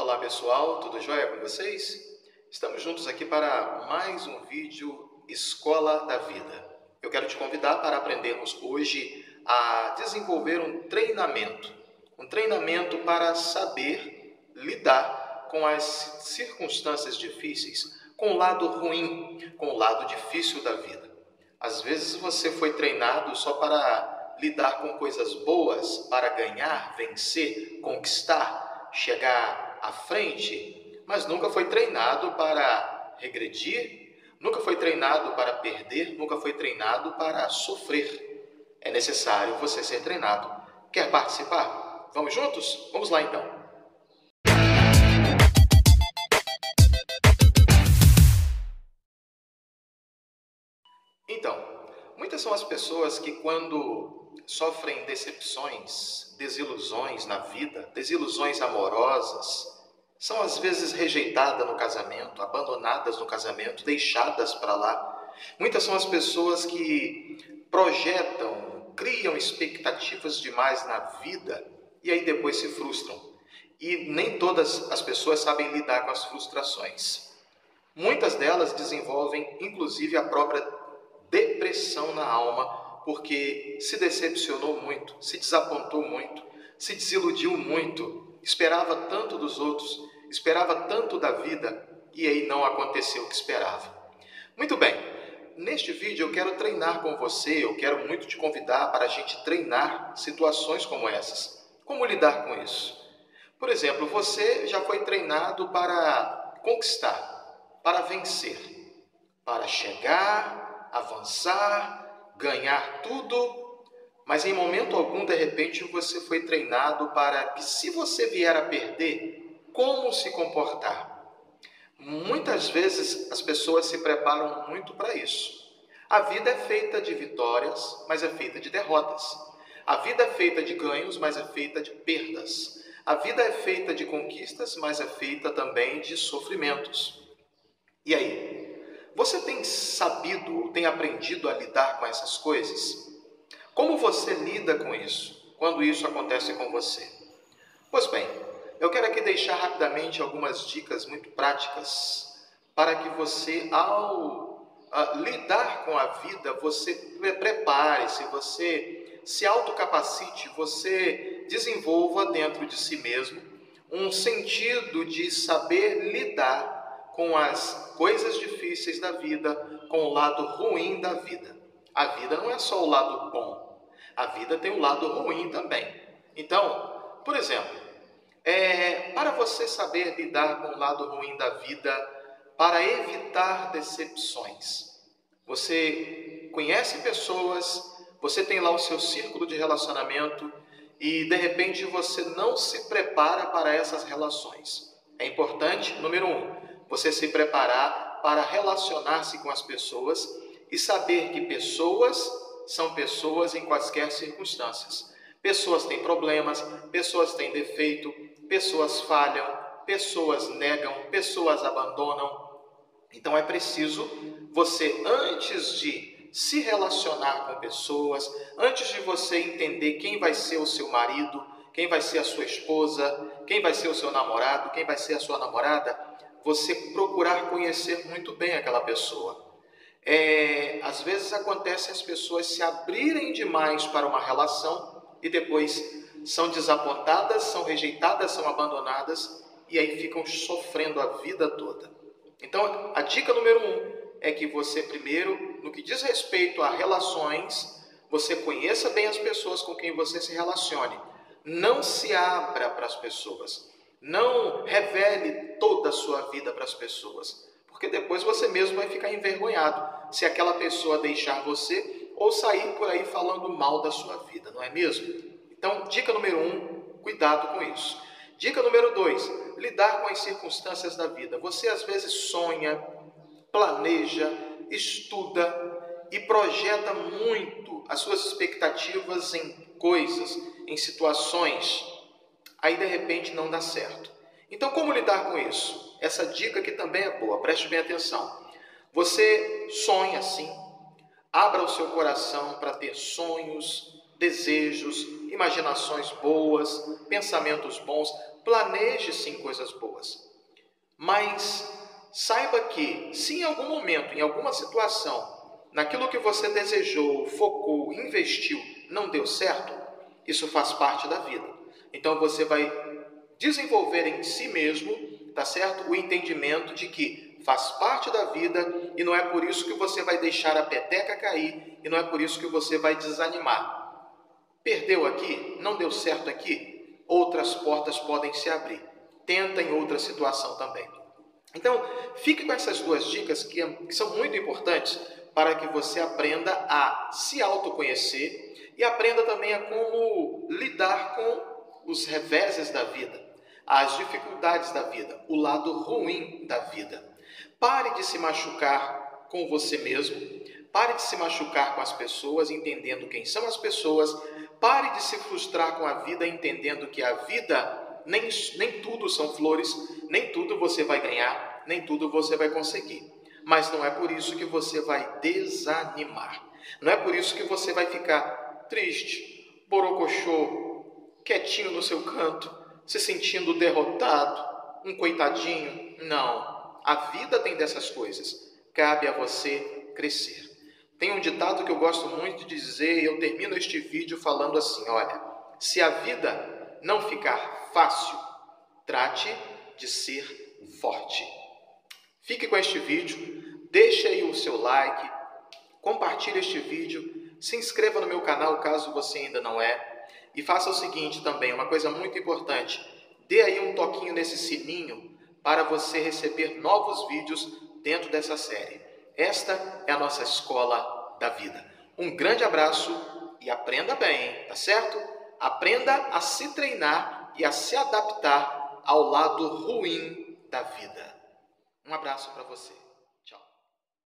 Olá pessoal, tudo jóia com vocês? Estamos juntos aqui para mais um vídeo Escola da Vida. Eu quero te convidar para aprendermos hoje a desenvolver um treinamento para saber lidar com as circunstâncias difíceis, com o lado ruim, com o lado difícil da vida. Às vezes você foi treinado só para lidar com coisas boas, para ganhar, vencer, conquistar, chegar à frente, mas nunca foi treinado para regredir, nunca foi treinado para perder, nunca foi treinado para sofrer. É necessário você ser treinado. Quer participar? Vamos juntos? Vamos lá então. Então, muitas são as pessoas que quando sofrem decepções, desilusões na vida, desilusões amorosas, são às vezes rejeitadas no casamento, abandonadas no casamento, deixadas para lá. Muitas são as pessoas que projetam, criam expectativas demais na vida e aí depois se frustram. E nem todas as pessoas sabem lidar com as frustrações. Muitas delas desenvolvem, inclusive, a própria depressão na alma, porque se decepcionou muito, se desapontou muito, se desiludiu muito, esperava tanto dos outros, esperava tanto da vida e aí não aconteceu o que esperava. Muito bem, neste vídeo eu quero treinar com você, eu quero muito te convidar para a gente treinar situações como essas. Como lidar com isso? Por exemplo, você já foi treinado para conquistar, para vencer, para chegar, avançar, ganhar tudo, mas em momento algum, de repente, você foi treinado para que se você vier a perder, como se comportar? Muitas vezes as pessoas se preparam muito para isso. A vida é feita de vitórias, mas é feita de derrotas. A vida é feita de ganhos, mas é feita de perdas. A vida é feita de conquistas, mas é feita também de sofrimentos. E aí? Você tem sabido ou tem aprendido a lidar com essas coisas? Como você lida com isso, quando isso acontece com você? Pois bem, eu quero aqui deixar rapidamente algumas dicas muito práticas para que você, ao lidar com a vida, você prepare-se, você se autocapacite, você desenvolva dentro de si mesmo um sentido de saber lidar com as coisas difíceis da vida, com o lado ruim da vida. A vida não é só o lado bom, a vida tem um lado ruim também. Então, por exemplo, para você saber lidar com o lado ruim da vida, para evitar decepções, você conhece pessoas, você tem lá o seu círculo de relacionamento e de repente você não se prepara para essas relações. É importante, número 1, você se preparar para relacionar-se com as pessoas e saber que pessoas são pessoas em quaisquer circunstâncias. Pessoas têm problemas, pessoas têm defeito, pessoas falham, pessoas negam, pessoas abandonam. Então é preciso você, antes de se relacionar com pessoas, antes de você entender quem vai ser o seu marido, quem vai ser a sua esposa, quem vai ser o seu namorado, quem vai ser a sua namorada, você procurar conhecer muito bem aquela pessoa. Às vezes acontece as pessoas se abrirem demais para uma relação e depois são desapontadas, são rejeitadas, são abandonadas e aí ficam sofrendo a vida toda. Então, a dica número 1 é que você primeiro, no que diz respeito a relações, você conheça bem as pessoas com quem você se relacione. Não se abra para as pessoas. Não revele toda a sua vida para as pessoas, porque depois você mesmo vai ficar envergonhado se aquela pessoa deixar você ou sair por aí falando mal da sua vida, não é mesmo? Então, dica número 1, cuidado com isso. Dica número 2, lidar com as circunstâncias da vida. Você às vezes sonha, planeja, estuda e projeta muito as suas expectativas em coisas, em situações. Aí de repente não dá certo. Então como lidar com isso? Essa dica aqui também é boa, preste bem atenção. Você sonha sim, abra o seu coração para ter sonhos, desejos, imaginações boas, pensamentos bons, Planeje sim coisas boas. Mas saiba que, se em algum momento, em alguma situação, naquilo que você desejou, focou, investiu, não deu certo, isso faz parte da vida. Então você vai desenvolver em si mesmo, tá certo? O entendimento de que faz parte da vida e não é por isso que você vai deixar a peteca cair e não é por isso que você vai desanimar. Perdeu aqui? Não deu certo aqui? Outras portas podem se abrir. Tenta em outra situação também. Então, fique com essas duas dicas que são muito importantes para que você aprenda a se autoconhecer e aprenda também a como lidar com os reveses da vida, as dificuldades da vida, o lado ruim da vida. Pare de se machucar com você mesmo, pare de se machucar com as pessoas, entendendo quem são as pessoas, pare de se frustrar com a vida, entendendo que a vida nem tudo são flores, nem tudo você vai ganhar, nem tudo você vai conseguir. Mas não é por isso que você vai desanimar. Não é por isso que você vai ficar triste, borocochô, quietinho no seu canto, se sentindo derrotado, um coitadinho. Não, a vida tem dessas coisas. Cabe a você crescer. Tem um ditado que eu gosto muito de dizer e eu termino este vídeo falando assim, olha, se a vida não ficar fácil, trate de ser forte. Fique com este vídeo, deixe aí o seu like, compartilhe este vídeo, se inscreva no meu canal caso você ainda não é e faça o seguinte também, uma coisa muito importante, dê aí um toquinho nesse sininho para você receber novos vídeos dentro dessa série. Esta é a nossa escola da vida. Um grande abraço e aprenda bem, tá certo? Aprenda a se treinar e a se adaptar ao lado ruim da vida. Um abraço para você.